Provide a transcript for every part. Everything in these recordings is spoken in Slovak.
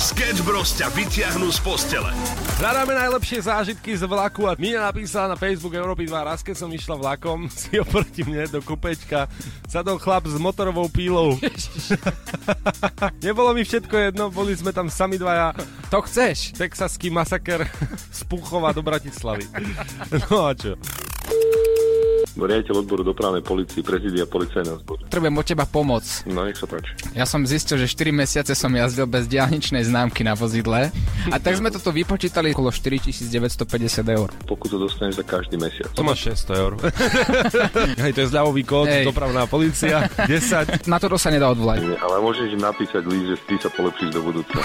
Sketch Bros ťa vytiahnu z postele. Hľadáme najlepšie zážitky z vlaku a Mina napísala na Facebook Európy 2 raz, keď som išla vlakom, si oproti mne do kupečka sadol chlap s motorovou pílou. Nebolo mi všetko jedno, boli sme tam sami dvaja. To chceš? Texaský masaker z Púchova do Bratislavy. No a čo? Riaditeľ odboru dopravnej polície, prezídia policajného zboru. Potrebujem od teba pomoc. No, nech sa páči. Ja som zistil, že 4 mesiace som jazdil bez diaľničnej známky na vozidle a tak sme toto vypočítali okolo 4950 eur. Pokutu dostaneš za každý mesiac. To máš 600 eur. Hej, to je zľavový kód, dopravná polícia, 10. Na to sa nedá odvolať. Ale môžeš im napísať list, že ty sa polepšíš do budúcna.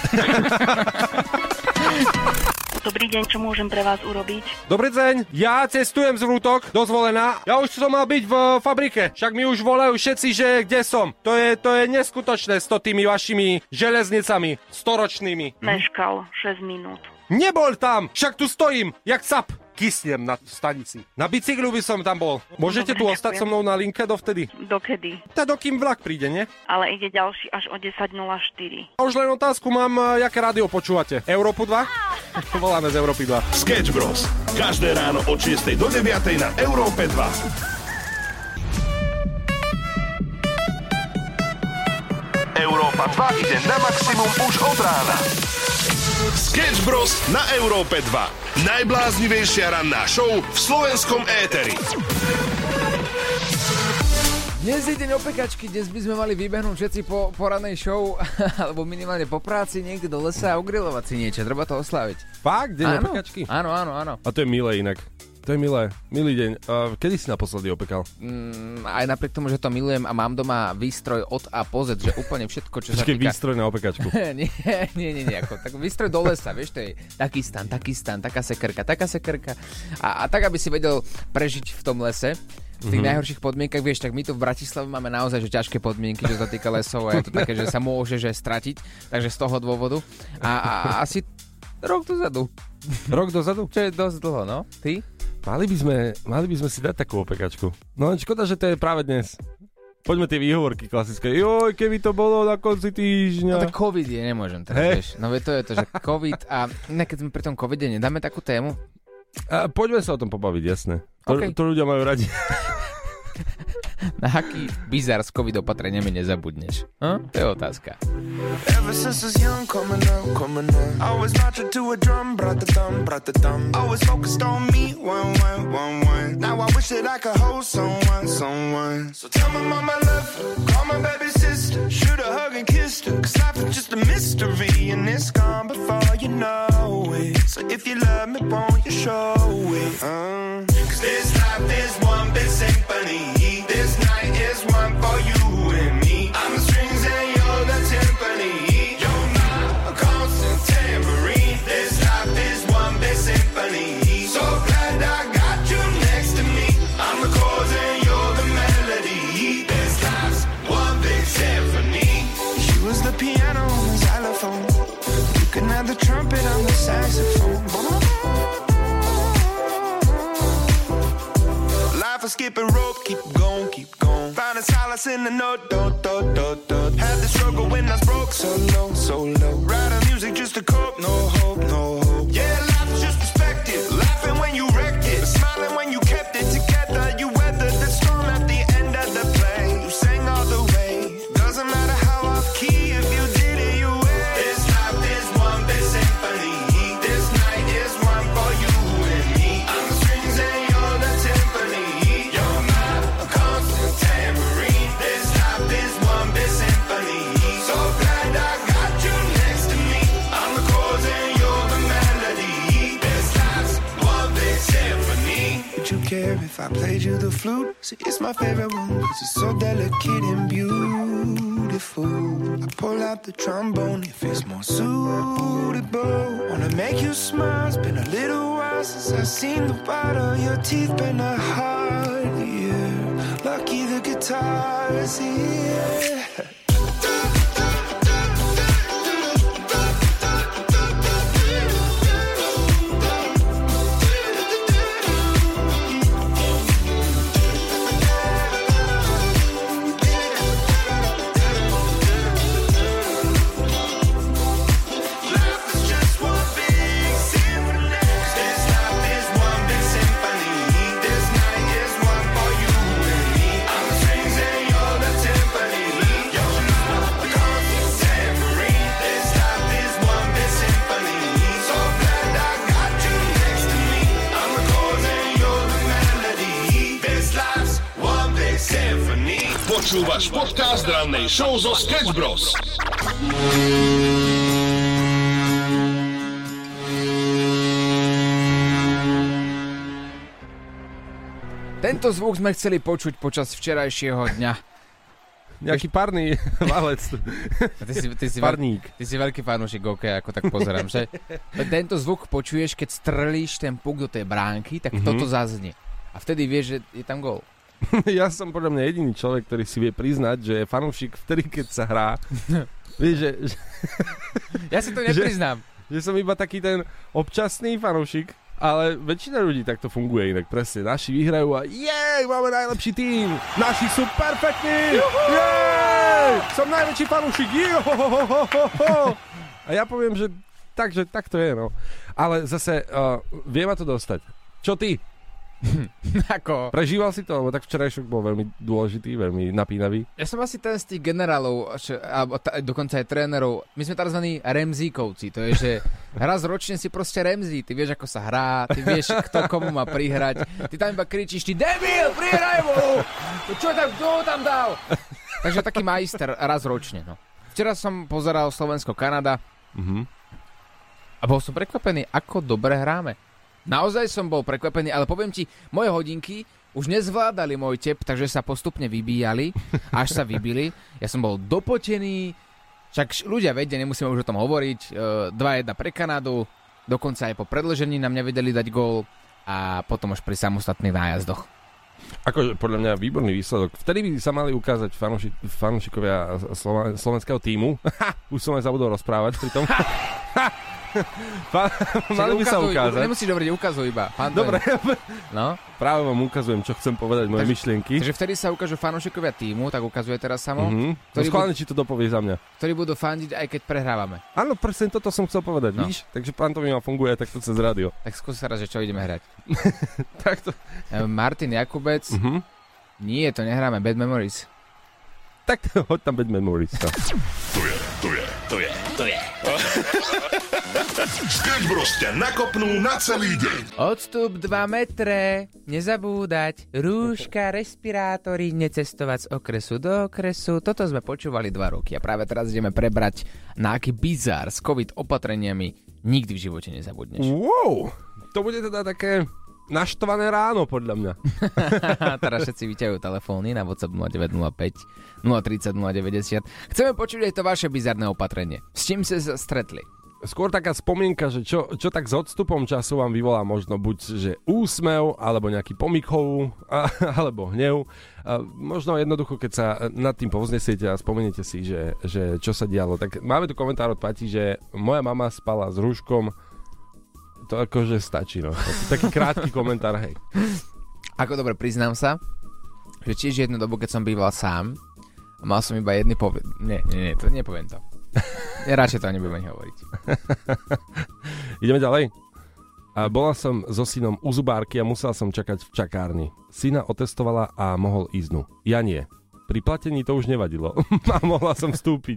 Dobrý deň, čo môžem pre vás urobiť? Dobrý deň, ja cestujem z Rútok, dozvolená. Ja už som mal byť v fabrike, však mi už volajú všetci, že kde som. To je neskutočné s tými vašimi železnicami, storočnými. Meškal 6 minút. Nebol tam, však tu stojím, jak sap. Kysnem na stanici. Na bicyklu by som tam bol. Môžete tu ostať so mnou na linke dovtedy? Dokedy? Tá dokým vlak príde, nie? Ale ide ďalší až o 10.04. A už len otázku mám, jaké rádio počúvate? Európu 2? Voláme z Európy 2. Sketch Bros. Každé ráno od 6 do 9 na Európe 2. Európa 2 ide na maximum už od rána. Sketch Bros. na Európe 2. Najbláznivejšia ranná show v slovenskom éteri. Dnes je deň opekačky, dnes by sme mali vybehnúť všetci po ranej show, alebo minimálne po práci niekde do lesa a ugrilovať si niečo, treba to oslaviť. Fakt? Deň opekačky? Áno. A to je milé inak. To je milé, milý deň. Kedy si naposledy opekal? Aj napriek tomu, že to milujem a mám doma výstroj od A po Z, že úplne všetko, čo sa týka... výstroj na opekačku. nie, ako, tak výstroj do lesa, vieš, to je taký stan, taká sekerka. A tak, aby si vedel prežiť v tom lese, v tých najhorších podmienkach, vieš, tak my tu v Bratislave máme naozaj že ťažké podmienky, čo sa týka lesov a je to také, že sa môže že stratiť, takže z toho dôvodu. A asi rok dozadu. Rok dozadu? Čo je dosť dlho, no? Ty? Mali by sme si dať takú opekačku. No škoda, že to je práve dnes. Poďme tie výhovorky klasické. Joj, keby to bolo na konci týždňa. No tak COVID je, nemôžem teraz, vieš. No to je to, že COVID a keď sme pri tom COVIDe, nedáme takú tému? Poďme sa o tom pobaviť, jasné. Okay. To ľudia majú radi. Na aký bizar s COVID opatreniami nezabudneš? To je otázka. Ever since I was young, coming up. Always marching to a drum, brat-a-dum. Always focused on me, one. Now I wish that I could hold someone. So tell my mama I love her, call my baby sister, shoot a hug and kiss her. Cause life is just a mystery and it's gone before you know it. So if you love me, won't you show it? Cause this life is one big symphony. This night is one for you and me. I'm the strings and you're the timpani. You're my constant tambourine. This life is one big symphony. So glad I got you next to me. I'm the chords and you're the melody. This life's one big symphony. She was the piano on the xylophone. You can have the trumpet on the saxophone. Life is skipping rope, keep going. Finding solace in the note, do. Had the struggle when I was broke, so low. Writing music just to cope, no hope. Yeah, life is just perspective. Laughing when you wrecked it, smiling when you kept it together. You weathered the storm at the end of the play. You sang all the way. Doesn't matter how off key, if you did it, you win. This life is one big symphony. This night is one for you and me. I'm the strings and you're the timpani. You're my constant tambourine. This life is one big symphony. So glad I got you next to me. I'm the chords and you're the melody. This life's one big symphony. Would you care if I played you the flute? See, it's my favorite one, cause it's so delicate and beautiful. I pull out the trombone if it's more suitable. Wanna make you smile, it's been a little while since I've seen the white of your teeth. Been a hard year, lucky the guitar's here. Počúvaš podcast rannej show zo Sketch Bros. Tento zvuk sme chceli počuť počas včerajšieho dňa. Nejaký párny válec. Párník. Ty si veľký fanúšik hokeja, ako tak pozerám, že? Tento zvuk počuješ, keď strelíš ten puk do tej bránky, tak toto zaznie. A vtedy vieš, že je tam gól. Ja som podľa mňa jediný človek, ktorý si vie priznať, že je fanúšik vtedy, keď sa hrá. Vieš, že... Ja si to nepriznám. Že som iba taký ten občasný fanúšik, ale väčšina ľudí takto funguje inak, presne. Naši vyhrajú a máme najlepší tým. Naši sú perfektní. Som najväčší fanúšik. A ja poviem, že tak to je, no. Ale zase vie ma to dostať. Čo ty? Ako? Prežíval si to? Lebo tak včerajšok bol veľmi dôležitý, veľmi napínavý. Ja som asi ten z tých generálov, alebo dokonca aj trénerov. My sme tzv. Remzíkovci. To je, že raz ročne si proste Remzí. Ty vieš, ako sa hrá, ty vieš, kto komu má prihrať. Ty tam iba kričíš, ty debil, prihraj mu! Čo tam, kto ho tam dal? Takže taký majster raz ročne, no. Včera som pozeral Slovensko-Kanada a bol som prekvapený, ako dobre hráme. Naozaj som bol prekvapený, ale poviem ti, moje hodinky už nezvládali môj tep, takže sa postupne vybíjali, až sa vybili. Ja som bol dopotený, však ľudia vedia, nemusíme už o tom hovoriť. 2-1 pre Kanadu, dokonca aj po predĺžení nám nevedeli dať gól a potom už pri samostatných nájazdoch. Akože podľa mňa výborný výsledok. Vtedy by sa mali ukázať fanúšikovia slovenského tímu. Už som aj zabudol rozprávať pri tom. Mali by sa ukázať. Nemusíš hovoriť, ukazuj iba. Dobre. No? Práve vám ukazujem, čo chcem povedať, moje myšlienky. Takže vtedy sa ukážu fanúšikovia tímu, tak ukazuje teraz Samo. Schválne, či to dopovie za mňa. Ktorí budú fandiť, aj keď prehrávame. Áno, presne toto som chcel povedať, víš? Takže pantomima funguje takto cez rádio. Tak skús sa raz, že čo ideme hrať. Takto. Martin Jakubec. Nie, to nehráme. Bad Memories. Tak hoď tam Bad Memories. To je. Sketch Bros ťa nakopnú na celý deň. Odstup 2 metre, nezabúdať, rúška, respirátory, necestovať z okresu do okresu. Toto sme počúvali 2 roky a práve teraz ideme prebrať na aký bizár s COVID opatreniami nikdy v živote nezabudneš. Wow, to bude teda také naštvané ráno, podľa mňa. Teraz všetci vyťahujú telefóny na WhatsApp 0905 030 090. Chceme počuť aj to vaše bizarné opatrenie. S čím ste sa stretli? Skôr taká spomienka, že čo tak s odstupom času vám vyvolá možno buď že úsmev, alebo nejaký pomykov, alebo hnev. Možno jednoducho, keď sa nad tým povznesiete a spomeniete si, že čo sa dialo. Tak máme tu komentár od Pati, že moja mama spala s rúškom. To akože stačí, no. Taký krátky komentár, hej. Ako dobre, priznám sa, že tiež jednu dobu, keď som býval sám, mal som iba jedny Nie, to nepoviem to. Ja radšej to ani nebudem hovoriť. Ideme ďalej. Bola som so synom u zubárky a musel som čakať v čakárni. Syna otestovala a mohol ísť. Ja nie. Pri platení to už nevadilo. A mohla som vstúpiť.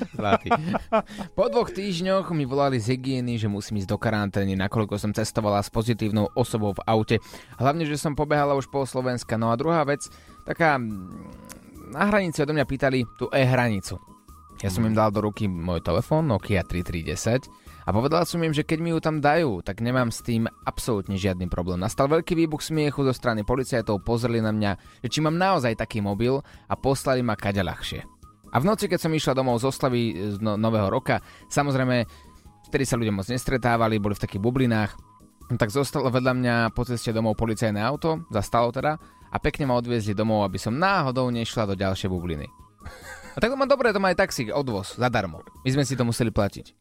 Po 2 týždňoch mi volali z hygieny, že musím ísť do karantény, nakoľko som cestovala s pozitívnou osobou v aute. Hlavne, že som pobehala už pol Slovenska. No a druhá vec, taká na hranici odo mňa pýtali tú e-hranicu. Ja som im dal do ruky môj telefón Nokia 3310 a povedal som im, že keď mi ju tam dajú, tak nemám s tým absolútne žiadny problém. Nastal veľký výbuch smiechu zo strany policajtov, pozreli na mňa, že či mám naozaj taký mobil a poslali ma kade ľahšie. A v noci, keď som išla domov z oslavy z Nového roka, samozrejme, vtedy sa ľudia moc nestretávali, boli v takých bublinách, tak zostalo vedľa mňa po ceste domov policajné auto, zastalo teda, a pekne ma odviezli domov, aby som náhodou nešla do ďalšej bubliny. A tak to má dobre, to má aj taxík, odvoz, zadarmo. My sme si to museli platiť.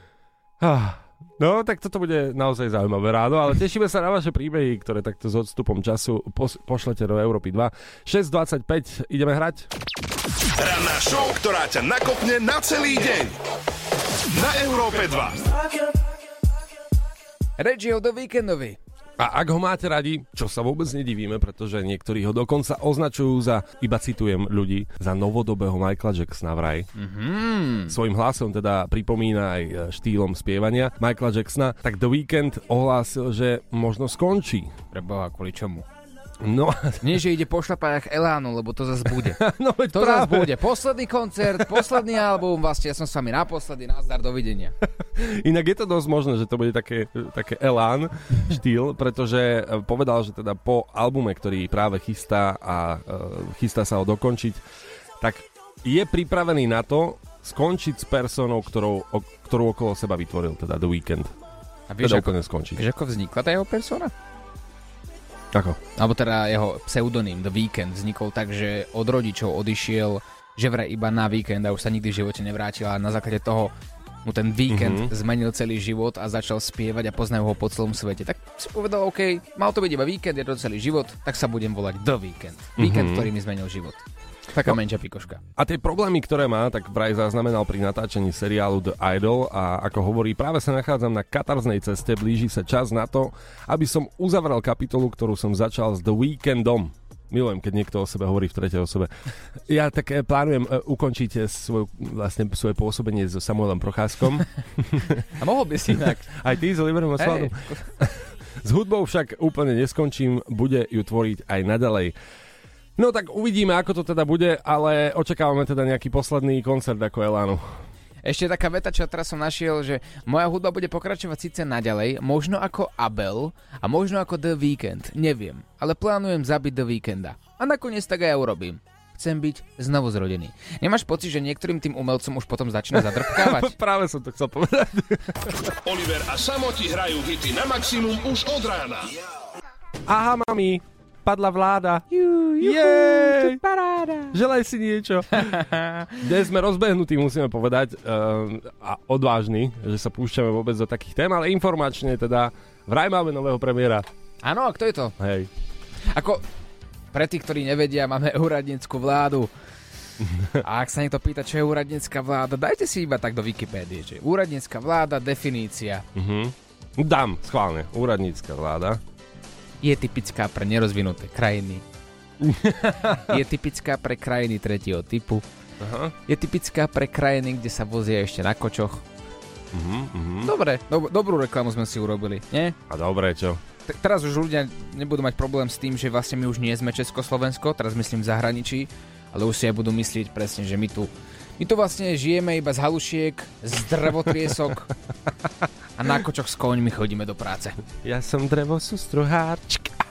No, tak toto bude naozaj zaujímavé ráno, ale tešíme sa na vaše príbehy, ktoré takto s odstupom času pošlete do Európy 2. 6.25, ideme hrať? Ranná show, ktorá ťa nakopne na celý deň. Na Európe 2. Reggio do víkendovi. A ak ho máte radi, čo sa vôbec nedivíme, pretože niektorí ho dokonca označujú za, iba citujem ľudí, za novodobého Michaela Jacksona vraj. Svojím hlasom teda pripomína aj štýlom spievania Michaela Jacksona. Tak The Weeknd ohlásil, že možno skončí. Preboha, kvôli čomu? No, Nie, že ide po šlapajach Elánu, lebo to zase bude. no veď To práve. zase bude. Posledný koncert, posledný album, vlastne ja som s vami naposledy, nazdar, dovidenia. Inak je to dosť možné, že to bude také Elán štýl, pretože povedal, že teda po albume, ktorý práve chystá a chystá sa ho dokončiť, tak je pripravený na to skončiť s personou, ktorú okolo seba vytvoril, teda The Weeknd. A vieš, Teda úplne skončiť. vieš, ako vznikla tá jeho persona? Ako? Alebo teda jeho pseudonym The Weeknd vznikol tak, že od rodičov odišiel, že vraj iba na víkend a už sa nikdy v živote nevrátil a na základe toho mu ten víkend zmenil celý život a začal spievať a poznajú ho po celom svete. Tak si povedal, OK, mal to byť iba víkend, je to celý život, tak sa budem volať The Weeknd. Víkend, ktorý mi zmenil život. Taká menšia pikoška. A tie problémy, ktoré má, tak vraj zaznamenal pri natáčaní seriálu The Idol a ako hovorí, práve sa nachádzam na katarznej ceste, blíži sa čas na to, aby som uzavrel kapitolu, ktorú som začal s The Weekndom. Milujem, keď niekto o sebe hovorí v tretej osobe. Ja tak plánujem ukončiť svoje pôsobenie so Samuelom Procházkom. A mohol by si inak. Aj ty s Oliverom Osvaldom. S hudbou však úplne neskončím, bude ju tvoriť aj naďalej. No tak uvidíme, ako to teda bude, ale očakávame teda nejaký posledný koncert ako Elánu. Ešte taká veta, čo teraz som našiel, že moja hudba bude pokračovať síce naďalej, možno ako Abel a možno ako The Weeknd, neviem, ale plánujem zabiť The Weeknda. A nakoniec tak aj urobím. Chcem byť znovu zrodený. Nemáš pocit, že niektorým tým umelcom už potom začína zadrpkávať? Práve som to chcel povedať. Oliver a Samo ti hrajú hity na maximum už od rána. Aha, mami, padla vláda. Jej, želaj si niečo. Dnes sme rozbehnutí, musíme povedať, a odvážni, že sa púšťame vôbec do takých tém, ale informačne teda vraj máme nového premiéra. Áno, a kto je to? Hej. Ako, pre tých, ktorí nevedia, máme úradnícku vládu. A ak sa niekto pýta, čo je úradnícka vláda, dajte si iba tak do Wikipédie, že úradnícka vláda, definícia. Dám, schválne, úradnícka vláda. Je typická pre nerozvinuté krajiny. Je typická pre krajiny tretieho typu. Aha. Je typická pre krajiny, kde sa vozia ešte na kočoch. Dobre, dobrú reklamu sme si urobili, nie? A dobre, čo? Teraz už ľudia nebudú mať problém s tým, že vlastne my už nie sme Československo, teraz myslím v zahraničí, ale už si aj budú myslieť presne, že my tu vlastne žijeme iba z halušiek, z drevotriesok a na kočoch s koňmi chodíme do práce. Ja som drevosustruhár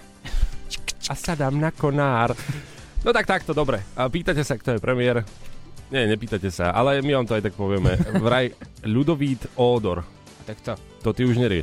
a sadám na konár. No tak takto, dobre. A pýtate sa, kto je premiér? Nie, nepýtate sa, ale my vám to aj tak povieme. Vraj Ľudovít Ódor. Tak to. To ty už nerieš.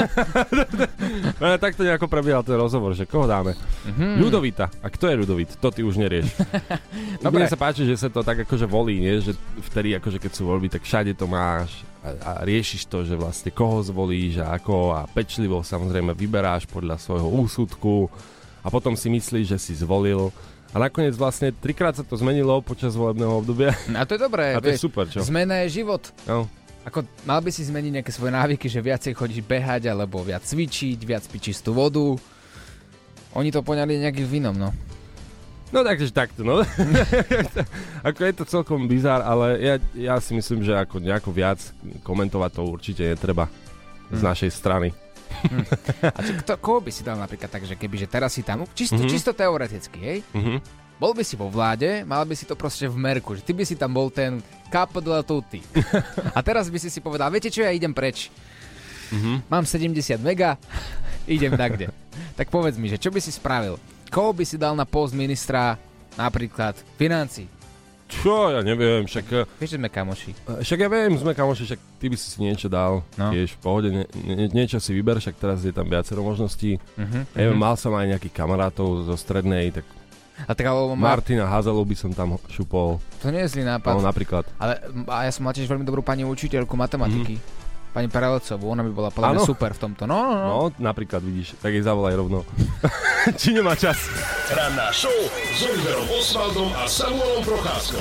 Takto nejako prebiehal ten rozhovor, že koho dáme? Ľudovíta. A kto je Ľudovít? To ty už nerieš. Mne sa páči, že sa to tak akože volí, nie? Že vtedy, akože keď sú voľby, tak všade to máš a riešiš to, že vlastne koho zvolíš a ako a pečlivo samozrejme vyberáš podľa svojho úsudku a potom si myslíš, že si zvolil. A nakoniec vlastne 3-krát sa to zmenilo počas volebného obdobia. A to je dobré. A to je super, čo? Zmena je život. No. Ako mal by si zmeniť nejaké svoje návyky, že viacej chodíš behať, alebo viac cvičiť, viac piť čistú vodu. Oni to poňali nejakým vínom, no. No takže takto, no. Ako je to celkom bizár, ale ja si myslím, že ako nejako viac komentovať to určite netreba z našej strany. A koho by si dal napríklad tak, že kebyže teraz si tam, čisto teoreticky, hej? Bol by si vo vláde, mal by si to proste v merku, že ty by si tam bol ten capo della tutti. A teraz by si povedal, viete čo, ja idem preč. Mám 70 mega, idem nakde. Tak povedz mi, že čo by si spravil? Koho by si dal na post ministra napríklad financií? Čo, ja neviem, však... Vieš, že sme kamoši. Však ja viem, sme kamoši, však ty by si niečo dal, tiež v pohode, niečo si vyber, však teraz je tam viacero možností. Neviem, mal som aj nejakých kamarátov zo strednej, tak... A tak ale Martina Hazelu by som tam šupol. To nie je zlý nápad. No, napríklad. Ale ja som mal tiež veľmi dobrú pani učiteľku matematiky. Pani Perelecovú, ona by bola podľa mňa super v tomto. No, napríklad vidíš, tak jej zavolaj rovno. Či nemá čas. Ranná show s Oliverom Osvaldom a Samuelom Procházkou.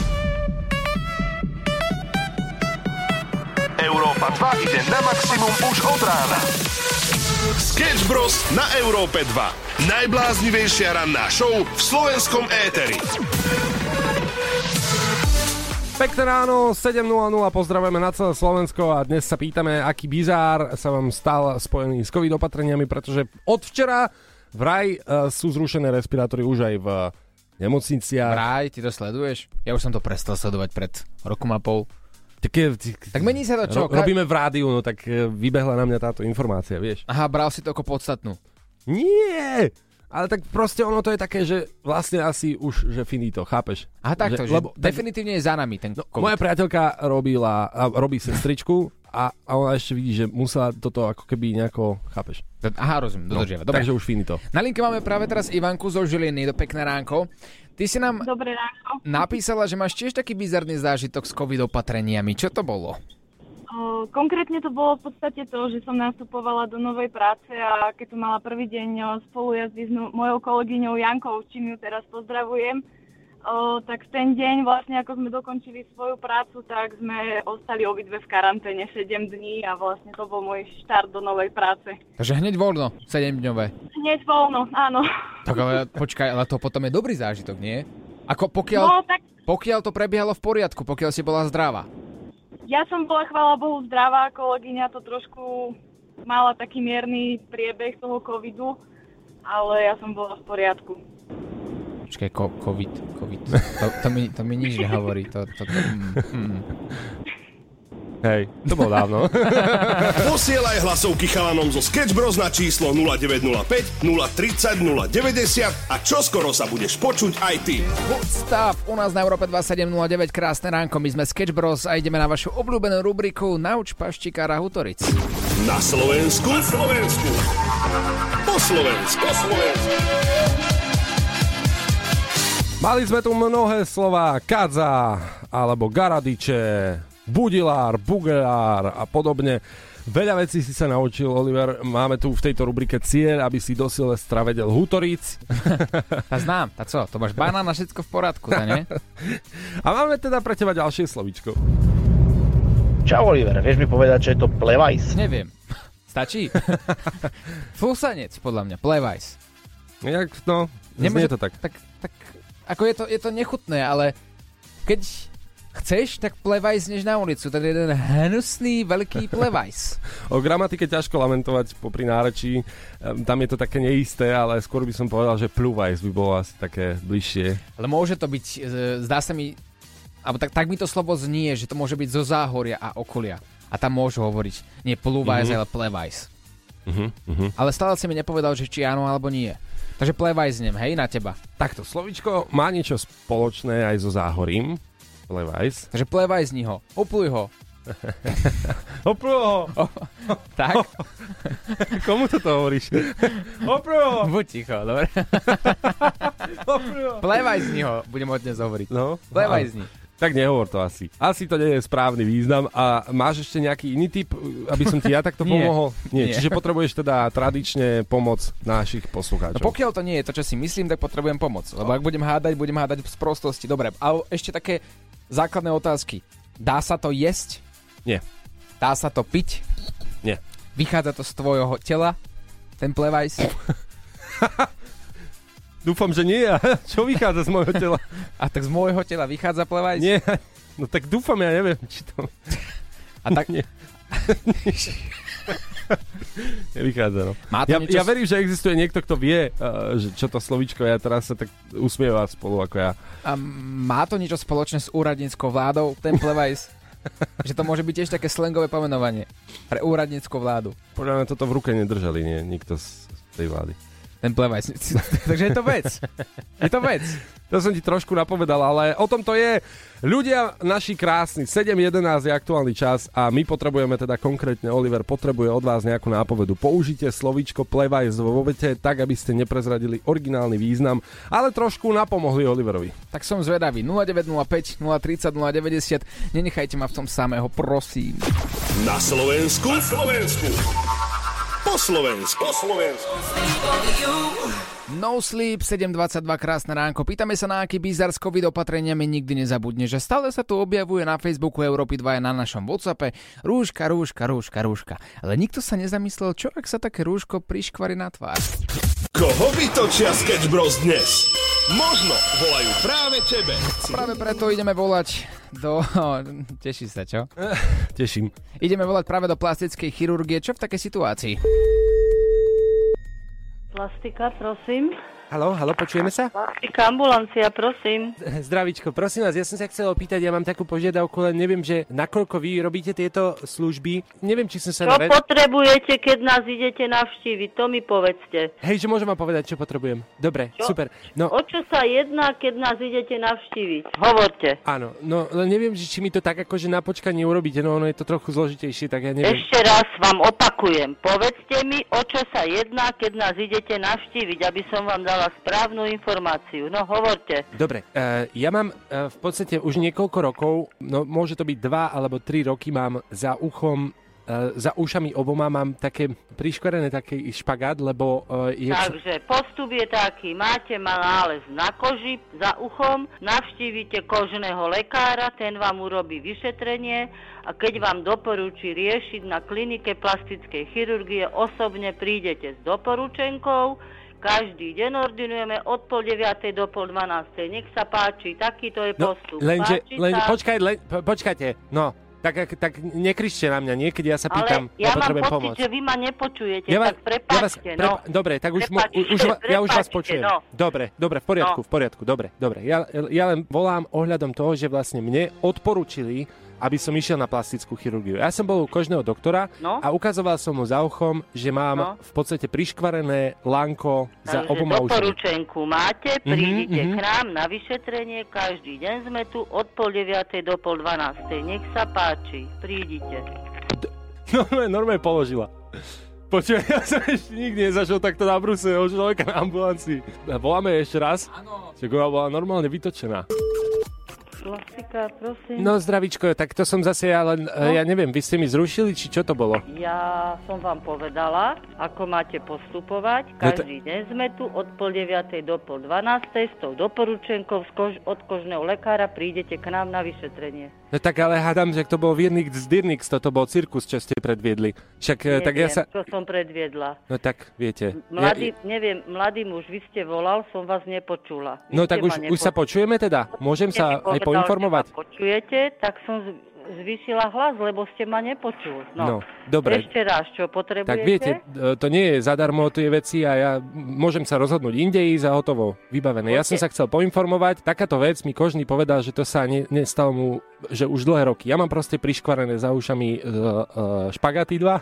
Európa 2 ide na maximum už od rána. Sketch Bros na Európe 2. Najbláznivejšia ranná show v slovenskom éteri. Pekné ráno, 7.00, pozdravujeme na celé Slovensko a dnes sa pýtame, aký bizár sa vám stal spojený s COVID opatreniami, pretože od včera vraj sú zrušené respirátory už aj v nemocniciach. Vraj, ty to sleduješ? Ja už som to prestal sledovať pred rokom a pol. Tak mení sa to čo? Robíme v rádiu, no tak vybehla na mňa táto informácia, vieš. Aha, bral si to ako podstatnú. Nie! Ale tak proste ono to je také, že vlastne asi už, že finito, chápeš? Aha, takto, že definitívne je za nami ten COVID. Moja priateľka robí sestričku a ona ešte vidí, že musela toto ako keby nejako, chápeš? Aha, rozumiem, dodržiava. Dobre. Takže už finito. Na linke máme práve teraz Ivanku zo Žiliny, pekné ránko. Ty si nám Dobré ránko. napísala, že máš tiež taký bizarný zážitok s COVID opatreniami. Čo to bolo? Konkrétne to bolo v podstate to, že som nastupovala do novej práce a keď som mala prvý deň spolujazdy s mojou kolegyňou Jankou, čím ju teraz pozdravujem, tak v ten deň vlastne ako sme dokončili svoju prácu, tak sme ostali obidve v karanténe 7 dní a vlastne to bol môj štart do novej práce. Takže hneď voľno, 7-dňové. Hneď voľno, áno. Tak ale počkaj, ale to potom je dobrý zážitok, nie? Ako pokiaľ to prebiehalo v poriadku, pokiaľ si bola zdravá. Ja som bola, chvála Bohu, zdravá, kolegyňa to trošku mala taký mierny priebeh toho covidu, ale ja som bola v poriadku. Počkaj, COVID. To mi nič nehovorí. Hej, to bolo dávno. Posielaj hlasovky chalanom zo Sketch Bros na číslo 0905 030 090 a čoskoro sa budeš počuť aj ty. Good stuff, u nás na Európe 2709, krásne ránko, my sme Sketch Bros a ideme na vašu obľúbenú rubriku Nauč paštikára Hutoric. Na Slovensku. Po Slovensku. Mali sme tu mnohé slová, kadza, alebo garadiče, budilár, bugelár a podobne. Veľa vecí si sa naučil, Oliver. Máme tu v tejto rubrike cieľ, aby si do Silvestra vedel hutoriť. Tá znám, tá co? To máš banán a všetko v poriadku, tá nie? A máme teda pre teba ďalšie slovíčko. Čau, Oliver, vieš mi povedať, čo je to plevajs? Neviem. Stačí? Fúsanec, podľa mňa, plevajs. Jak, no, znie to tak. Tak, ako je to nechutné, ale keď chceš, tak plevajzneš na ulicu. To je jeden hnusný, veľký plevajs. O gramatike ťažko lamentovať popri nárečí. Tam je to také neisté, ale skôr by som povedal, že pluvajs by bolo asi také bližšie. Ale môže to byť, zdá sa mi, alebo tak mi to slovo znie, že to môže byť zo Záhoria a okolia. A tam môžu hovoriť, nie pluvajs, ale plevajs. Ale stále si mi nepovedal, že či áno alebo nie. Takže plevajznem, hej, na teba. Takto, slovíčko má niečo spoločné aj so Záhorím. Plevajs. Takže plevajzni ho. Opluj ho. Opluj ho. Tak? Komu toto hovoríš? Opluj ho. Buď ticho, dobre? Opluj ho. Plevajzni ho, budem od dnes hovoriť. No. Plevajzni. Tak nehovor to asi. Asi to nie je správny význam. A máš ešte nejaký iný tip, aby som ti ja takto pomohol? Nie. Čiže potrebuješ teda tradične pomoc našich poslucháčov. No pokiaľ to nie je to, čo si myslím, tak potrebujem pomoc. Lebo ak budem hádať z prostosti. Dobre, ale ešte také základné otázky. Dá sa to jesť? Nie. Dá sa to piť? Nie. Vychádza to z tvojho tela? Ten plevajs? Dúfam, že nie. Čo vychádza z môjho tela? A tak z môjho tela vychádza plevajs? Nie. No tak dúfam, ja neviem, či to... A tak... Nie. Nevychádza, no. Ja verím, že existuje niekto, kto vie, že čo to slovíčko je. Teraz sa tak usmieva spolu ako ja. A má to niečo spoločné s úradníckou vládou, ten plevajs? Že to môže byť tiež také slangové pomenovanie pre úradnícku vládu. Podľa mňa toto v ruke nedržali, nikto z tej vlády. Ten plevajs. Takže je to vec. Je to vec. To som ti trošku napovedal, ale o tom to je. Ľudia naši krásni, 7.11 je aktuálny čas a my potrebujeme teda konkrétne, Oliver potrebuje od vás nejakú nápovedu. Použite slovíčko plevajs vo vete tak, aby ste neprezradili originálny význam, ale trošku napomohli Oliverovi. Tak som zvedavý. 0905 030 090. Nenechajte ma v tom samého, prosím. Na Slovensku. Po Slovensku. No Sleep, 7.22, krásne ránko. Pýtame sa, na aký bizar s COVID opatreniami nikdy nezabudne, že stále sa tu objavuje na Facebooku Európy 2 a na našom WhatsAppe rúška. Ale nikto sa nezamyslel, čo ak sa také rúško priškvari na tvár. Koho vytočia Sketch Bros dnes? Možno volajú práve tebe. Práve preto ideme volať do... Teší sa, čo? Teším. Ideme volať práve do plastickej chirurgie. Čo v takej situácii? Plastika, prosím. Haló, počujeme sa? Plastika, ambulancia, prosím. Zdravíčko, prosím vás, ja som sa chcel opýtať, ja mám takú požiadavku, len neviem, že nakoľko vy robíte tieto služby. Neviem, či som sa... Čo potrebujete, keď nás idete navštíviť? To mi povedzte. Hej, že môžem vám povedať, čo potrebujem. Dobre, čo? Super. No... O čo sa jedná, keď nás idete navštíviť? Hovorte. Áno, no len neviem, či mi to tak akože na počkanie urobíte, no ono je to trochu zložitejšie, tak ja neviem. Ešte raz vám opakujem. Povedzte mi, o čo sa jedná, keď nás idete navštíviť, aby som vám dala správnu informáciu. No, hovorte. Dobre, ja mám v podstate už niekoľko rokov, no môže to byť 2 alebo 3 roky, mám za uchom, za ušami oboma mám také priškverené taký špagát, lebo je... Takže postup je taký, máte nález na koži za uchom, navštívite kožného lekára, ten vám urobí vyšetrenie a keď vám doporučí riešiť na klinike plastickej chirurgie, osobne prídete s doporučenkou. Každý deň ordinujeme od 8:30 do 10:30. Nech sa páči, takýto je postup. Počkajte, no, tak nekričte na mňa, niekedy ja sa pýtam, ja potrebujem mám pocit, že vy ma nepočujete, tak prepáčte, no. Dobre, tak ja už vás počujem. No. Dobre, v poriadku, dobre. Ja len volám ohľadom toho, že vlastne mne odporúčili, aby som išiel na plastickú chirurgiu. Ja som bol u kožného doktora a ukazoval som mu za uchom, že mám v podstate priškvarené lánko za oboma ušami. Doporučenku máte, prídite k nám na vyšetrenie, každý deň sme tu od 8:30 do 10:30. Nech sa páči, prídite. Normálne položila. Počuj, ja som ešte nikdy nezažil takto na bruse od človeka na ambulancii. Voláme ešte raz? Áno. Čiže ona bola normálne vytočená. Plastika, prosím. No zdravíčko, tak to som zase ja neviem, vy ste mi zrušili, či čo to bolo? Ja som vám povedala, ako máte postupovať. Každý deň sme tu od 8:30 do 10:30 s tou doporučenkou od kožného lekára, prídete k nám na vyšetrenie. No tak ale hádam, že to bol Virnix z Dirnix, toto bol cirkus, čo ste predviedli. Však neviem, tak ja sa... čo som predviedla. No tak, viete. Mladý muž, vy ste volal, som vás nepočula. No tak už sa počujeme teda? Môžem sa aj poinformovať? Počujete, tak som zvýšila hlas, lebo ste ma nepočul. No, dobre. Ešte raz, čo potrebujete? Tak viete, to nie je zadarmo tie veci a ja môžem sa rozhodnúť inde ísť a hotovo, vybavené. Ja som sa chcel poinformovať, takáto vec mi kožný povedal, že to sa nestalo mu, že už dlhé roky. Ja mám proste priškvarené za ušami špagatidla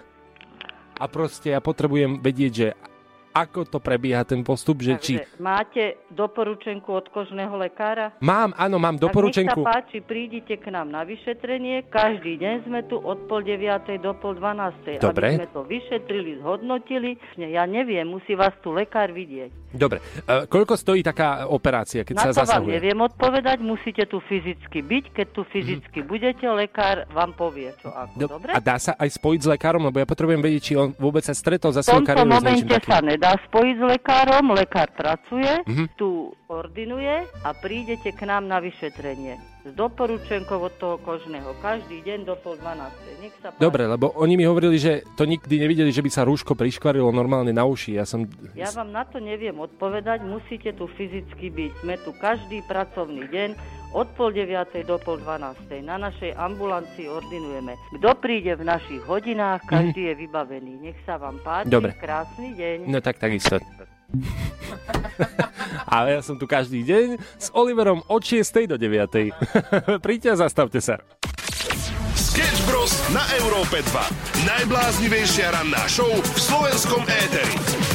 a proste ja potrebujem vedieť, že ako to prebieha ten postup, že či... Máte doporučenku od kožného lekára? Mám doporučenku. Nech sa páči, prídite k nám na vyšetrenie. Každý deň sme tu od 8:30 do 10:30. Dobre. Aby sme to vyšetrili, zhodnotili. Ja neviem, musí vás tu lekár vidieť. Dobre. Koľko stojí taká operácia, keď sa zasahuje? Na to vám neviem odpovedať, musíte tu fyzicky byť. Keď tu fyzicky budete, lekár vám povie, čo ako. Dobre? A dá sa aj spojiť s lekárom, lebo ja potrebujem vedieť, či on vôbec sa stretol za svojou kariéru s niečím takým. Dá spojiť s lekárom, lekár pracuje, tu ordinuje a prídete k nám na vyšetrenie. S doporučenkou od toho kožného. Každý deň do 10:30. Nech sa páči. Dobre, lebo oni mi hovorili, že to nikdy nevideli, že by sa rúško priškvarilo normálne na uši. Ja vám na to neviem odpovedať, musíte tu fyzicky byť. Sme tu každý pracovný deň od 8:30 do 10:30. Na našej ambulancii ordinujeme. Kto príde v našich hodinách, každý je vybavený. Nech sa vám páči. Dobre. Krásny deň. No tak takisto. Ale ja som tu každý deň s Oliverom od 6. do 9. Príďte a zastavte sa. Sketch Bros. Na Európe 2. Najbláznivejšia ranná show v slovenskom éteri.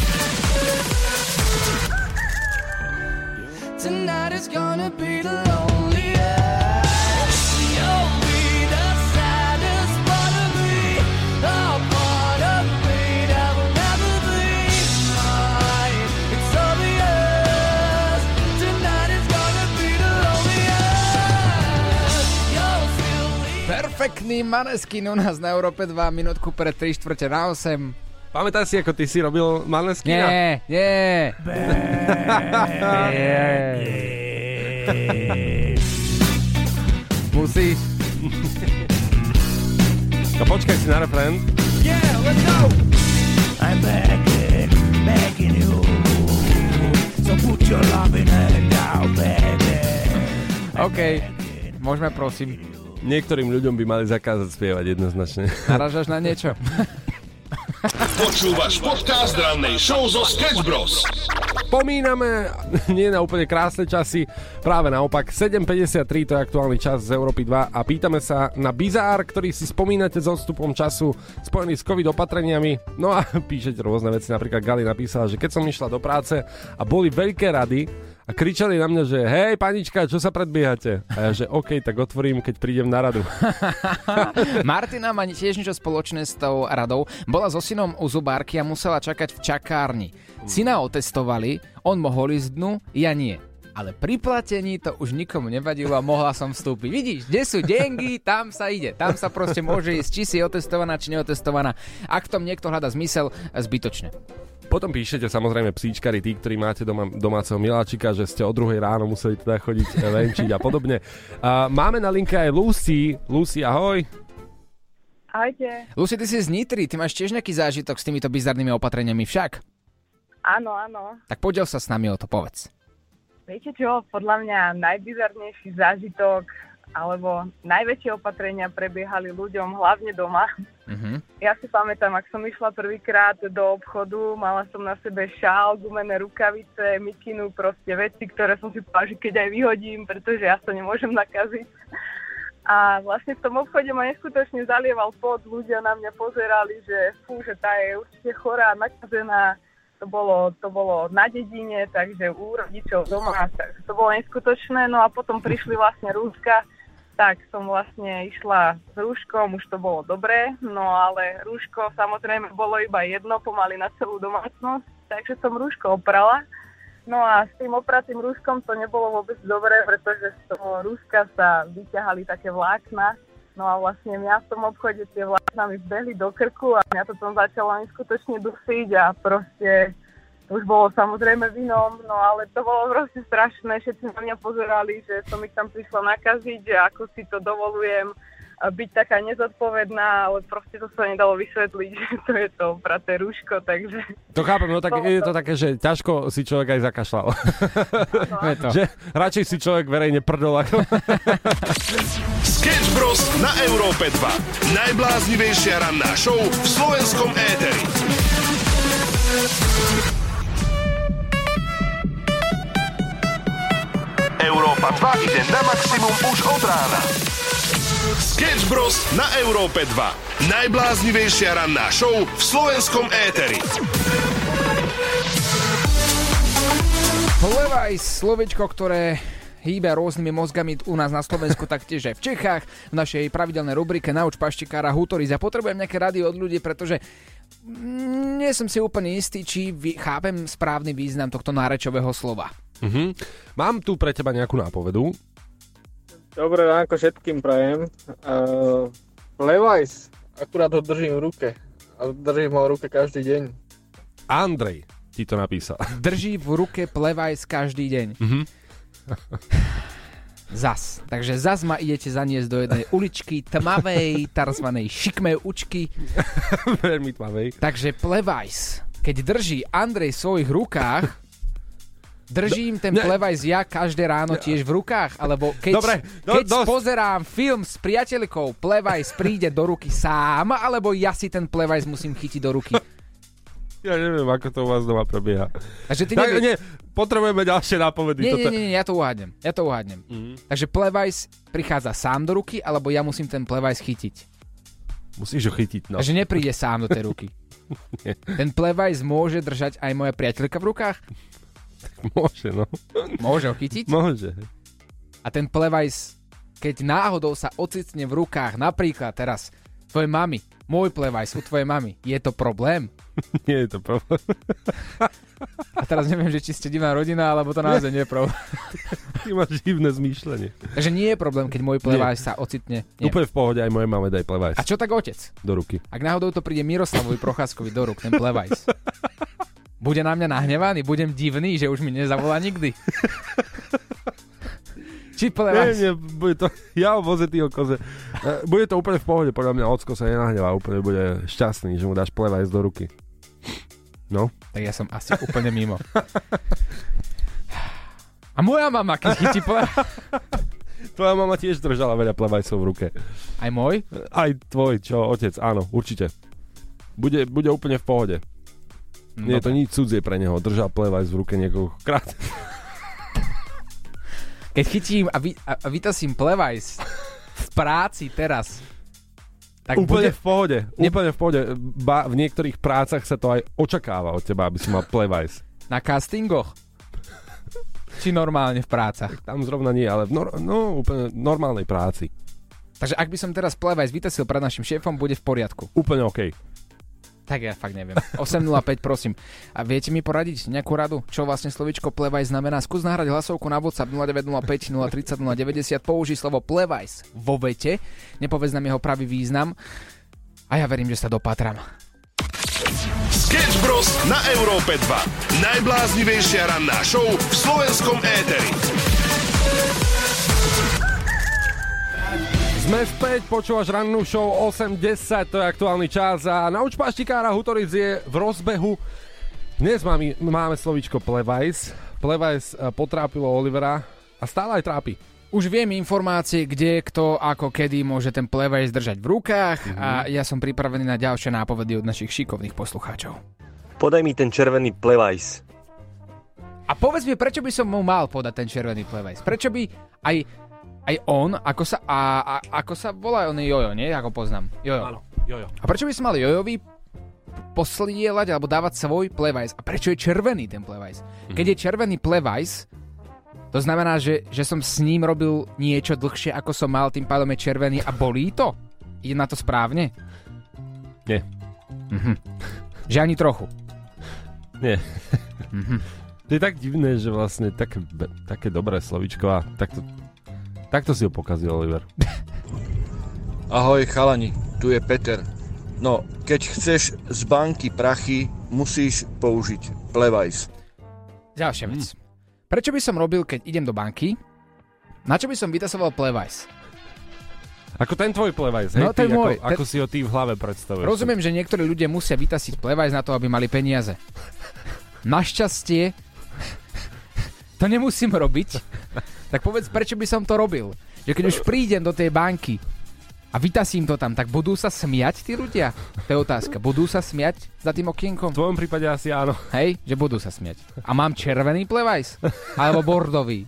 Tonight is gonna be the loneliest. You'll be the saddest part of me. A part of me that will never be mine. It's obvious. Tonight is gonna be the loneliest. You'll feel the... Perfektný Maneskin u nás na Európe 2, minútku pred 7:45. Pamätáš si, ako ty si robil Maneskina? Nie. Musíš. No počkaj si na refrén. Yeah, let's go. I'm begging you. So put your loving hand down, baby. OK, môžeme prosím. Niektorým ľuďom by mali zakázať spievať jednoznačne. Naražaš na niečo? Počúvaš podcast rannej show zo Sketch Bros. Spomíname nie na úplne krásne časy, práve naopak 7.53 to je aktuálny čas z Európy 2 a pýtame sa na bizár, ktorý si spomínate s odstupom času spojený s covid opatreniami. No a píšete rôzne veci, napríklad Gali napísala, že keď som išla do práce a boli veľké rady a kričali na mňa, že hej panička, čo sa predbiehate? A ja, že OK, tak otvorím, keď prídem na radu. Martina má tiež niečo spoločné s tou radou. Bola so synom u zubárky a musela čakať v čakárni. Syna otestovali, on mohol ísť dnu, ja nie. Ale pri platení to už nikomu nevadilo a mohla som vstúpiť. Vidíš, kde sú dengy, tam sa ide. Tam sa proste môže ísť, či si otestovaná, či neotestovaná. Ak v tom niekto hľadá zmysel, zbytočne. Potom píšete samozrejme psíčkari, tí, ktorí máte doma domáceho miláčika, že ste o 2 ráno museli teda chodiť venčiť a podobne. Máme na linke aj Lucy. Lucy, ahoj. Ahojte. Lucy, ty si z Nitry, ty máš tiež nejaký zážitok s týmito bizarnými opatreniami však? Áno, áno. Tak podiel sa s nami o to, povedz. Viete čo, podľa mňa najbizarnejší zážitok alebo najväčšie opatrenia prebiehali ľuďom hlavne doma. Uh-huh. Ja si pamätám, ak som išla prvýkrát do obchodu, mala som na sebe šál, gumené rukavice, mikinu, proste veci, ktoré som si povedala, že keď aj vyhodím, pretože ja sa nemôžem nakaziť. A vlastne v tom obchode ma neskutočne zalieval pot, ľudia na mňa pozerali, že fú, že tá je určite chorá, nakazená. To bolo na dedine, takže u rodičov doma, takže to bolo neskutočné. No a potom prišli vlastne rúška, tak som vlastne išla s rúškom, už to bolo dobré, no ale rúško samozrejme bolo iba jedno, pomaly na celú domácnosť, takže som rúško oprala. No a s tým opratým rúškom to nebolo vôbec dobré, pretože z toho rúška sa vyťahali také vlákna. No a vlastne mňa v tom obchode tie vlákna mi vbehli do krku a mňa to tam začalo neskutočne dusiť a proste už bolo samozrejme vinom, no ale to bolo proste strašné. Všetci na mňa pozerali, že som ich tam prišla nakaziť, že ako si to dovolujem byť taká nezodpovedná, ale proste to sa nedalo vysvetliť, že to je to opraté rúško, takže... To chápem, no tak je to také, že ťažko si človek aj zakašľal. Že radšej si človek verejne prdol ako... Sketch Bros. Na Európe 2. Najbláznivejšia ranná show v slovenskom éteri. Európa 2 ide na maximum už od rána. Sketch Bros. Na Európe 2. Najbláznivejšia ranná show v slovenskom éteri. Levaj, slovičko, ktoré hýbe rôznymi mozgami u nás na Slovensku, taktiež aj v Čechách, v našej pravidelnej rubrike Nauč paštikára Hutoriz. Ja potrebujem nejaké rady od ľudí, pretože nie som si úplne istý, či chápem správny význam tohto nárečového slova. Uh-huh. Mám tu pre teba nejakú nápovedu. Dobré ránko všetkým prajem. Levi's, akurát ho držím v ruke. A držím ho v ruke každý deň. Andrej ti to napísal. Drží v ruke Levi's každý deň. Uh-huh. Zas. Takže zas ma idete zaniesť do jednej uličky tmavej, tarzvanej šikmej učky. Veľmi tmavej. Takže Levi's, keď drží Andrej v svojich rukách, držím ten Levi's ja každé ráno tiež v rukách? Alebo keď pozerám film s priateľkou, Levi's príde do ruky sám, alebo ja si ten Levi's musím chytiť do ruky? Ja neviem, ako to u vás doma prebieha. Nie, potrebujeme ďalšie nápovedy. Nie, ja to uhádnem. Mm-hmm. Takže Levi's prichádza sám do ruky, alebo ja musím ten Levi's chytiť? Musíš ho chytiť, no. Takže nepríde sám do tej ruky. Ten Levi's môže držať aj moja priateľka v rukách? Môže, no. Môže ho chytiť? Môže. A ten Levi's, keď náhodou sa ocitne v rukách, napríklad teraz tvojej mamy, môj Levi's u tvojej mamy, je to problém? Nie je to problém. A teraz neviem, že či ste divná rodina, alebo to naozaj nie je problém. Ty máš divné zmýšľanie. Takže nie je problém, keď môj Levi's sa ocitne. Nie. Úplne v pohode, aj moje máme daj Levi's. A čo tak otec? Do ruky. Ak náhodou to príde Miroslavovi Procházkovi do ruk, ten Levi's. Bude na mňa nahnevaný? Budem divný, že už mi nezavolá nikdy? Či Levi's? Nie, bude to ja o voze, ty o koze. Bude to úplne v pohode, podľa mňa ocko sa nenahnevá, úplne bude šťastný, že mu dáš Levi's do ruky. No. Tak ja som asi úplne mimo. A moja mama, keď chytí Tvoja mama tiež držala veľa Levi'sov v ruke. Aj môj? Aj tvoj, čo, otec, áno, určite. Bude úplne v pohode. Nie je to nič cudzie pre neho. Držal plevajs v ruke niekoľkokrát. Keď chytím a vytasím plevajs v práci teraz, tak úplne bude... v pohode. Úplne v pohode. V niektorých prácach sa to aj očakáva od teba, aby si mal plevajs. Na castingoch? Či normálne v prácach? Tam zrovna nie, ale v úplne normálnej práci. Takže ak by som teraz plevajs vytasil pred našim šéfom, bude v poriadku. Úplne OK. Tak ja fakt neviem. 8.05, prosím. A viete mi poradiť nejakú radu? Čo vlastne slovíčko plevajs znamená? Skús nahrať hlasovku na WhatsApp 0905 030 090. Použij slovo plevajs vo vete. Nepovedz nám jeho pravý význam. A ja verím, že sa dopatram. Sketch Bros. Na Európe 2. Najbláznivejšia ranná show v slovenskom éteri. Sme späť, počúvaš rannú show 8.10, to je aktuálny čas a nauč paštikára Hutoric je v rozbehu. Dnes máme slovíčko plevajs. Plevajs potrápilo Olivera a stále aj trápi. Už vieme informácie, kde, kto, ako, kedy môže ten plevajs držať v rukách a ja som pripravený na ďalšie nápovedy od našich šikovných poslucháčov. Podaj mi ten červený plevajs. A povedz mi, prečo by som mu mal podať ten červený plevajs? Prečo by aj on, ako sa volá, on je Jojo, nie? Ako poznám. Jojo. Áno, Jojo. A prečo by som mal Jojovi poslielať alebo dávať svoj plevajs? A prečo je červený ten plevajs? Keď je červený plevajs, to znamená, že som s ním robil niečo dlhšie, ako som mal, tým pádom je červený a bolí to? Ide na to správne? Nie. Že ani trochu? Nie. To je tak divné, že vlastne také dobré slovíčko a takto si ho pokazil, Oliver. Ahoj chalani, tu je Peter. No, keď chceš z banky prachy, musíš použiť plevajs. Ďalšia vec. Prečo by som robil, keď idem do banky? Na čo by som vytasoval plevajs? Ako ten tvoj plevajs, hej? No, ten môj. Ako si ho ty v hlave predstavuješ. Rozumiem, že niektorí ľudia musia vytasiť plevajs na to, aby mali peniaze. Našťastie to nemusím robiť. Tak povedz, prečo by som to robil? Že keď už prídem do tej banky a vytasím to tam, tak budú sa smiať tí ľudia? To je otázka. Budú sa smiať za tým okienkom? V tvojom prípade asi áno. Hej, že budú sa smiať. A mám červený plevajs? Alebo bordový?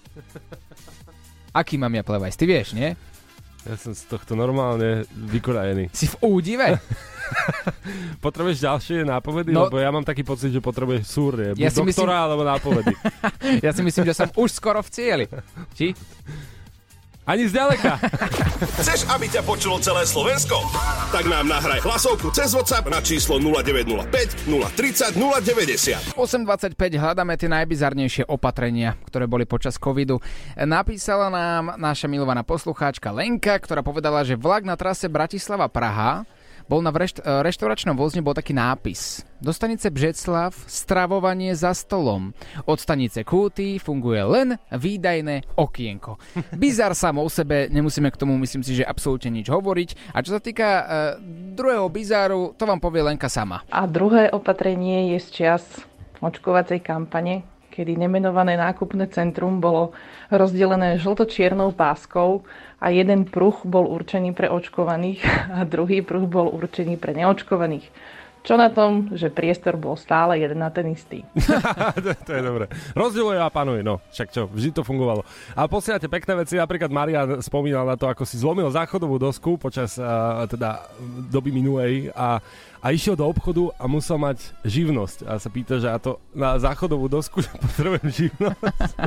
Aký mám ja plevajs? Ty vieš, nie? Ja som z tohto normálne vykorajený. Si v údive? Potrebuješ ďalšie nápovedy? No, lebo ja mám taký pocit, že potrebuješ súrne. Ja Buď doktora, alebo nápovedy. Ja si myslím, že som už skoro v cieli. Či? Ani zďaleka. Chceš, aby ťa počulo celé Slovensko? Tak nám nahraj hlasovku cez WhatsApp na číslo 0905 030 090. 8.25 hľadáme tie najbizarnejšie opatrenia, ktoré boli počas covidu. Napísala nám naša milovaná poslucháčka Lenka, ktorá povedala, že vlak na trase Bratislava-Praha bol na reštauračnom vozni bol taký nápis. Do stanice Břeclav stravovanie za stolom. Od stanice Kúty funguje len výdajné okienko. Bizar sám o sebe, nemusíme k tomu, myslím si, že absolútne nič hovoriť. A čo sa týka druhého bizáru, to vám povie Lenka sama. A druhé opatrenie je z čias očkovacej kampane, kedy nemenované nákupné centrum bolo rozdelené žlto-čiernou páskou a jeden pruh bol určený pre očkovaných a druhý pruh bol určený pre neočkovaných. Čo na tom, že priestor bol stále jeden na ten istý. To je dobré. Rozdieluje a panuje, no. Však čo, vždy to fungovalo. A posielate pekné veci, napríklad Marian spomínal na to, ako si zlomil záchodovú dosku počas teda doby minulej a išiel do obchodu a musel mať živnosť. A sa pýta, že ja to na záchodovú dosku potrebujem živnosť.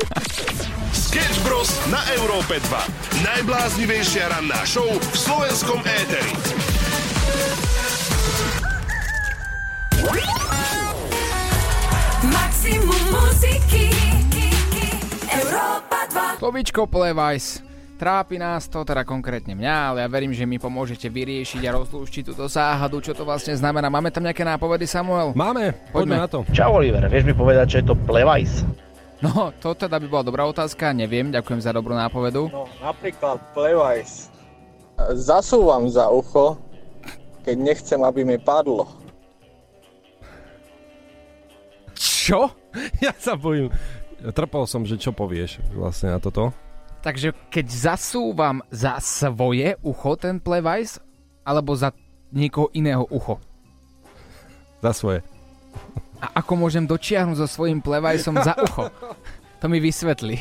Sketch Bros. Na Európe 2. Najbláznivejšia ranná show v slovenskom éteri. Maximum muziky Európa 2. Slovíčko plevajs. Trápi nás to, teda konkrétne mňa, ale ja verím, že mi pomôžete vyriešiť a rozlúštiť túto záhadu, čo to vlastne znamená. Máme tam nejaké nápovedy, Samuel? Máme, poďme na to. Čau Oliver, vieš mi povedať, čo je to plevajs? No, to teda by bola dobrá otázka, neviem, ďakujem za dobrú nápovedu. No, napríklad plevajs. Zasúvam za ucho, keď nechcem, aby mi padlo. Čo? Ja sa bojím. Trpel som, že čo povieš vlastne na toto. Takže keď zasúvam za svoje ucho ten plevajs, alebo za niekoho iného ucho? za svoje. A ako môžem dočiahnuť so svojím plevajsom za ucho? To mi vysvetli.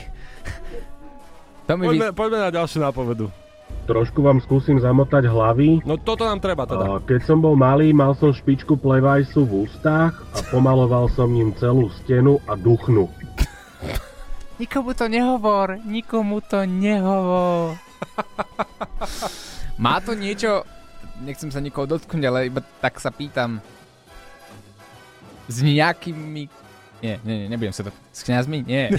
Poďme na ďalšiu nápovedu. Trošku vám skúsim zamotať hlavy. No toto nám treba teda. Keď som bol malý, mal som špičku plevajsu v ústach a pomaloval som ním celú stenu a duchnu. Nikomu to nehovor. Má to niečo... Nechcem sa nikoho dotknúť, ale iba tak sa pýtam. S nejakými... Nie, nebudem sa to... S kňazmi? Nie.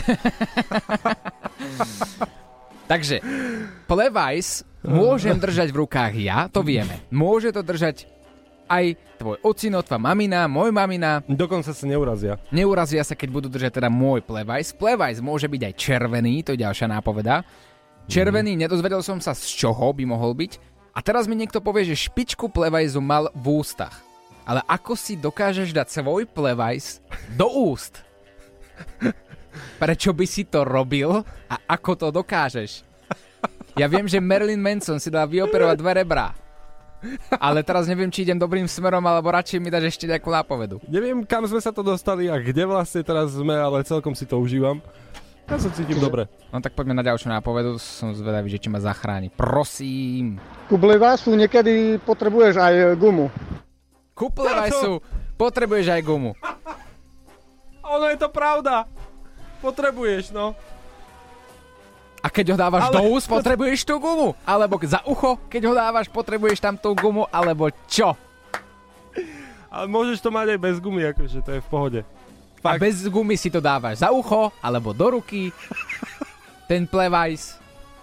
Takže, plevajs môžem držať v rukách ja, to vieme. Môže to držať aj tvoj ocino, tvoja mamina, môj mamina. Dokonca sa neurazia. Neurazia sa, keď budú držať teda môj plevajs. Plevajs môže byť aj červený, to je ďalšia nápoveda. Červený, nedozvedel som sa, z čoho by mohol byť. A teraz mi niekto povie, že špičku plevajzu mal v ústach. Ale ako si dokážeš dať svoj plevajs do úst? Prečo by si to robil a ako to dokážeš? Ja viem, že Marilyn Manson si dal vyoperovať 2 rebrá. Ale teraz neviem, či idem dobrým smerom, alebo radšej mi dáš ešte nejakú nápovedu. Neviem, kam sme sa to dostali a kde vlastne teraz sme, ale celkom si to užívam. Ja sa cítim dobre. No tak poďme na ďalšiu nápovedu, som zvedavý, že či ma zachráni. Prosím. Ku plevajsu niekedy potrebuješ aj gumu. Ku plevajsu potrebuješ aj gumu. Ono je to pravda. Potrebuješ, no. A keď ho dávaš do úst, potrebuješ tú gumu. Alebo za ucho, keď ho dávaš, potrebuješ tam tú gumu, alebo čo? Ale môžeš to mať aj bez gumy, akože to je v pohode. Fakt. A bez gumy si to dávaš za ucho, alebo do ruky. Ten plevajs.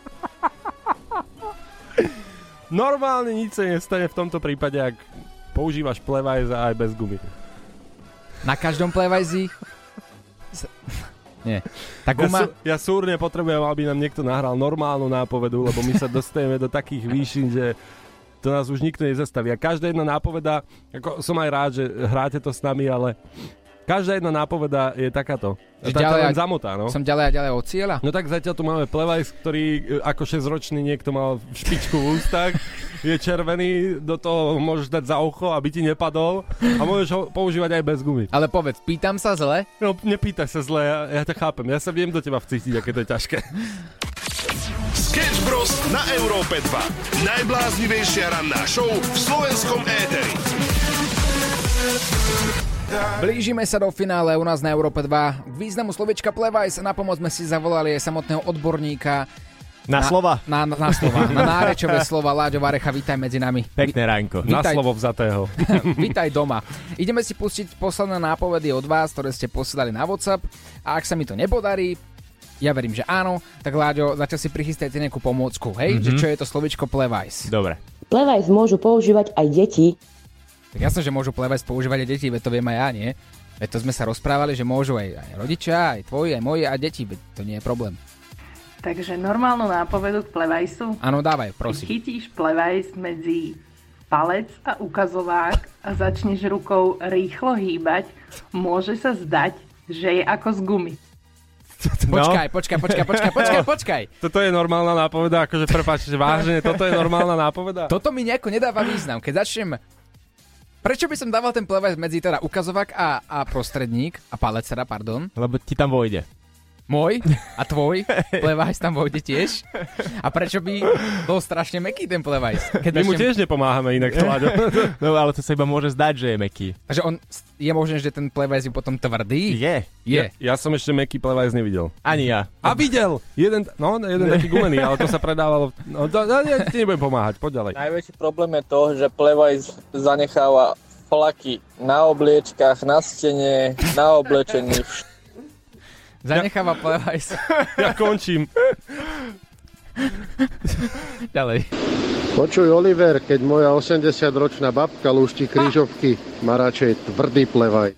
Normálne nič sa nestane v tomto prípade, ak používaš plevajs aj bez gumy. Na každom plevajzi? Nie. Tá guma... Ja súrne potrebujem, aby nám niekto nahral normálnu nápovedu, lebo my sa dostajeme do takých výšin, že to nás už nikto nezastaví. A každá jedna nápoveda, ako som aj rád, že hráte to s nami, ale každá jedna nápoveda je takáto. Tá len zamotá, no. Som ďalej a ďalej od cieľa? No tak zatiaľ tu máme plevajs, ktorý ako 6-ročný niekto mal špičku v ústach, je červený, do toho môžeš dať za ucho, aby ti nepadol a môžeš ho používať aj bez gumy. Ale povedz, pýtam sa zle? No, nepýtaj sa zle, ja ťa chápem, ja sa viem do teba vcítiť, aké to je ťažké. Sketch Bros. Na Európe 2. Najbláznivejšia ranná show v slovenskom éteri. Blížime sa do finále u nás na Európe 2. K významu slovička plevajs na pomoc sme si zavolali aj samotného odborníka na slova. Na slova, na nárečové slova. Láďo Varecha, vítaj medzi nami. Pekné ránko. Na slovo vzatého. Vítaj doma. Ideme si pustiť posledné nápovedy od vás, ktoré ste posielali na WhatsApp. A ak sa mi to nepodarí, ja verím, že áno, tak Láďo, zatiaľ si prichystajte nejakú pomôcku, hej? Že čo je to slovičko plevajs? Dobre. Plevajs môžu používať aj deti. Tak jasno, že môžu plevajs používať aj deti, veď to viem aj ja, nie? Veď to sme sa rozprávali, že môžu aj rodičia, aj tvoji, aj moji a deti, veď to nie je problém. Takže normálnu nápovedu k plevajsu. Áno, dávaj, prosím. Chytíš plevajs medzi palec a ukazovák a začneš rukou rýchlo hýbať, môže sa zdať, že je ako z gumy. Počkaj. Toto je normálna nápoveda, akože prepáčte, vážne, toto je normálna nápoveda? Toto mi nejako nedáva význam, keď začnem... Prečo by som dával ten plevajs medzi teda ukazovák a prostredník a palec teda, pardon? Lebo ti tam vojde. Môj a tvoj plevajs tam vojde tiež. A prečo by bol strašne mäkký ten plevajs? My mu tiež nepomáhame inak, Láďo. No ale to sa iba môže zdať, že je mäkký. Takže je možné, že ten plevajs je potom tvrdý? Je. Ja som ešte mäkký plevajs nevidel. Ani ja. A videl! Jeden taký gumený, ale to sa predávalo... Ja ti nebudem pomáhať, poď ďalej. Najväčší problém je to, že plevajs zanecháva flaky na obliečkách, na stene, na oblečení. Zanecháva plevajs. Ja končím. Ďalej. Počuj, Oliver, keď moja 80-ročná babka lúšti krížovky, má radšej tvrdý plevaj.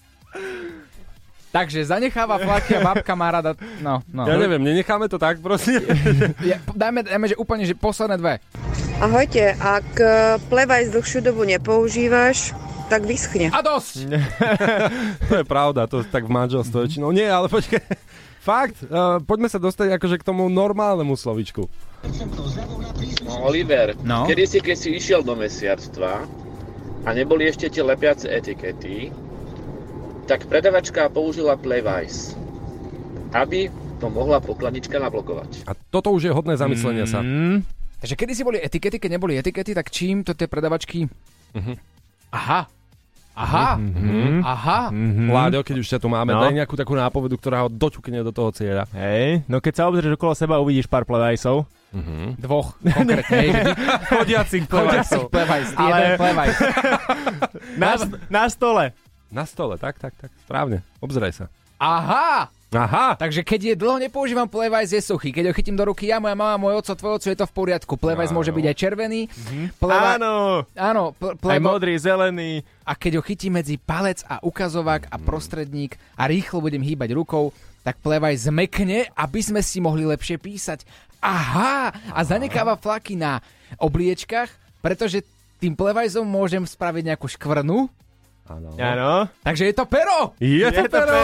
Takže zanecháva flaky a babka má rada... No. Ja neviem, nenecháme to tak, prosím. Dajme, že úplne, že posledné dve. Ahojte, ak plevajs dlhšiu dobu nepoužívaš, tak vyschne. A dosť! To je pravda, to tak v manželstve väčšinou. Nie, ale počkaj. Fakt, poďme sa dostať akože k tomu normálnemu slovičku. Oliver, keď si išiel do mesiarstva, a neboli ešte tie lepiace etikety, tak predavačka použila Playvice, aby to mohla pokladnička nablokovať. A toto už je hodné zamyslenia sa. Takže kedy si boli etikety, keď neboli etikety, tak čím to tie predavačky... Aha. Láďo, keď už ťa tu máme, daj nejakú takú nápovedu, ktorá ho doťukne do toho cieľa. Hej, no keď sa obzrieš okolo seba, uvidíš pár Playviceov. Dvoch, konkrétne. Chodiacich Playviceov. Jeden Playvice. Na stole. Na stole, tak, správne. Obzeraj sa. Aha! Takže keď je dlho nepoužívam Playvice, je suchý. Keď ho chytím do ruky ja, moja mama, môj oco, tvoj oco, je to v poriadku. Playvice môže byť aj červený. Áno. Aj modrý, zelený. A keď ho chytím medzi palec a ukazovák a prostredník a rýchlo budem hýbať rukou, tak Playvice zmekne, aby sme si mohli lepšie písať. Aha! A zanecháva flaky na obliečkach, pretože tým Playviceom môžem spraviť nejakú škvrnu. Áno. Takže je to pero! Je to pero!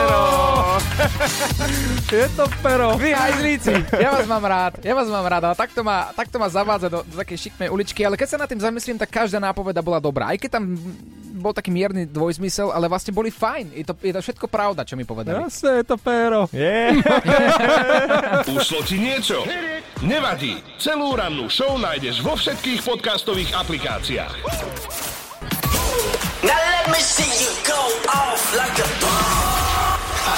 Je to pero! Vy hajzlíci, ja vás mám rád, ale takto ma zavádza do takej šikmej uličky, ale keď sa nad tým zamyslím, tak každá nápoveda bola dobrá. Aj keď tam bol taký mierny dvojzmysel, ale vlastne boli fajn. Je to všetko pravda, čo mi povedali. Jasne, je to pero. Ušlo ti niečo? Nevadí. Celú rannú show nájdeš vo všetkých podcastových aplikáciách. Now let me see you go off like a bomb.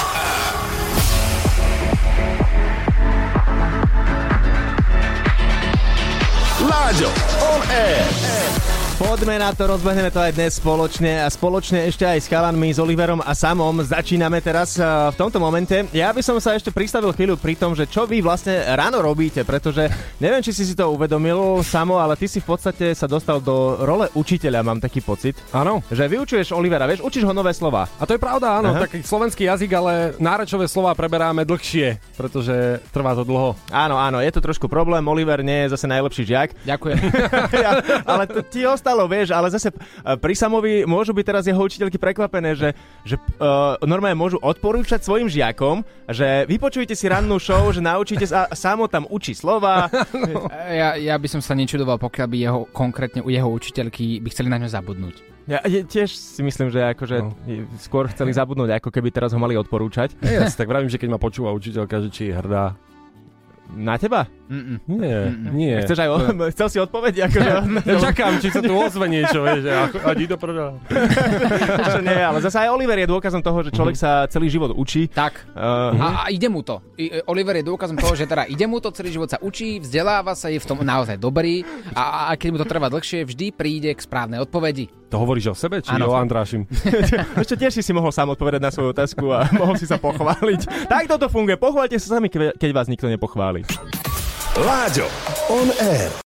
Láďo, on air. Poďme na to, rozbehneme to aj dnes spoločne a spoločne ešte aj s chalanmi, s Oliverom a Samom. Začíname teraz v tomto momente. Ja by som sa ešte pristavil chvíľu pri tom, že čo vy vlastne ráno robíte, pretože neviem, či si to uvedomil, Samo, ale ty si v podstate sa dostal do role učiteľa, mám taký pocit. Áno. Že vyučuješ Olivera, vieš, učíš ho nové slova. A to je pravda, áno, taký slovenský jazyk, ale nárečové slova preberáme dlhšie, pretože trvá to dlho. Áno, je to trošku problém, Oliver nie je zase najlepší žiak. Ďakujem. Ale ti ostalo, vieš, ale zase pri Samovi môžu byť teraz jeho učiteľky prekvapené, že normálne môžu odporúčať svojim žiakom, že vypočujte si rannú show, že naučíte sa, Samo tam učí slova. Ja by som sa nečudoval, pokiaľ by konkrétne u jeho učiteľky by chceli na ňo zabudnúť. Ja tiež si myslím, že akože skôr chceli zabudnúť, ako keby teraz ho mali odporúčať. Tak vravím, že keď ma počúva učiteľka, že či je hrdá. Na teba? Nie. Chcel si odpoveď? Akože... Ja čakám, či sa tu ozve niečo, vieš, a di to prdá. Nie, ale zase aj Oliver je dôkazom toho, že človek sa celý život učí. Tak. A ide mu to. Oliver je dôkazom toho, že teda ide mu to, celý život sa učí, vzdeláva sa, je v tom naozaj dobrý a keď mu to trvá dlhšie, vždy príde k správnej odpovedi. To hovoríš o sebe, či o Andrášim? Ešte tiež si mohol sám odpovedať na svoju otázku a mohol si sa pochváliť. Tak toto funguje. Pochváľte sa sami, keď vás nikto nepochváli. Láďo, on air.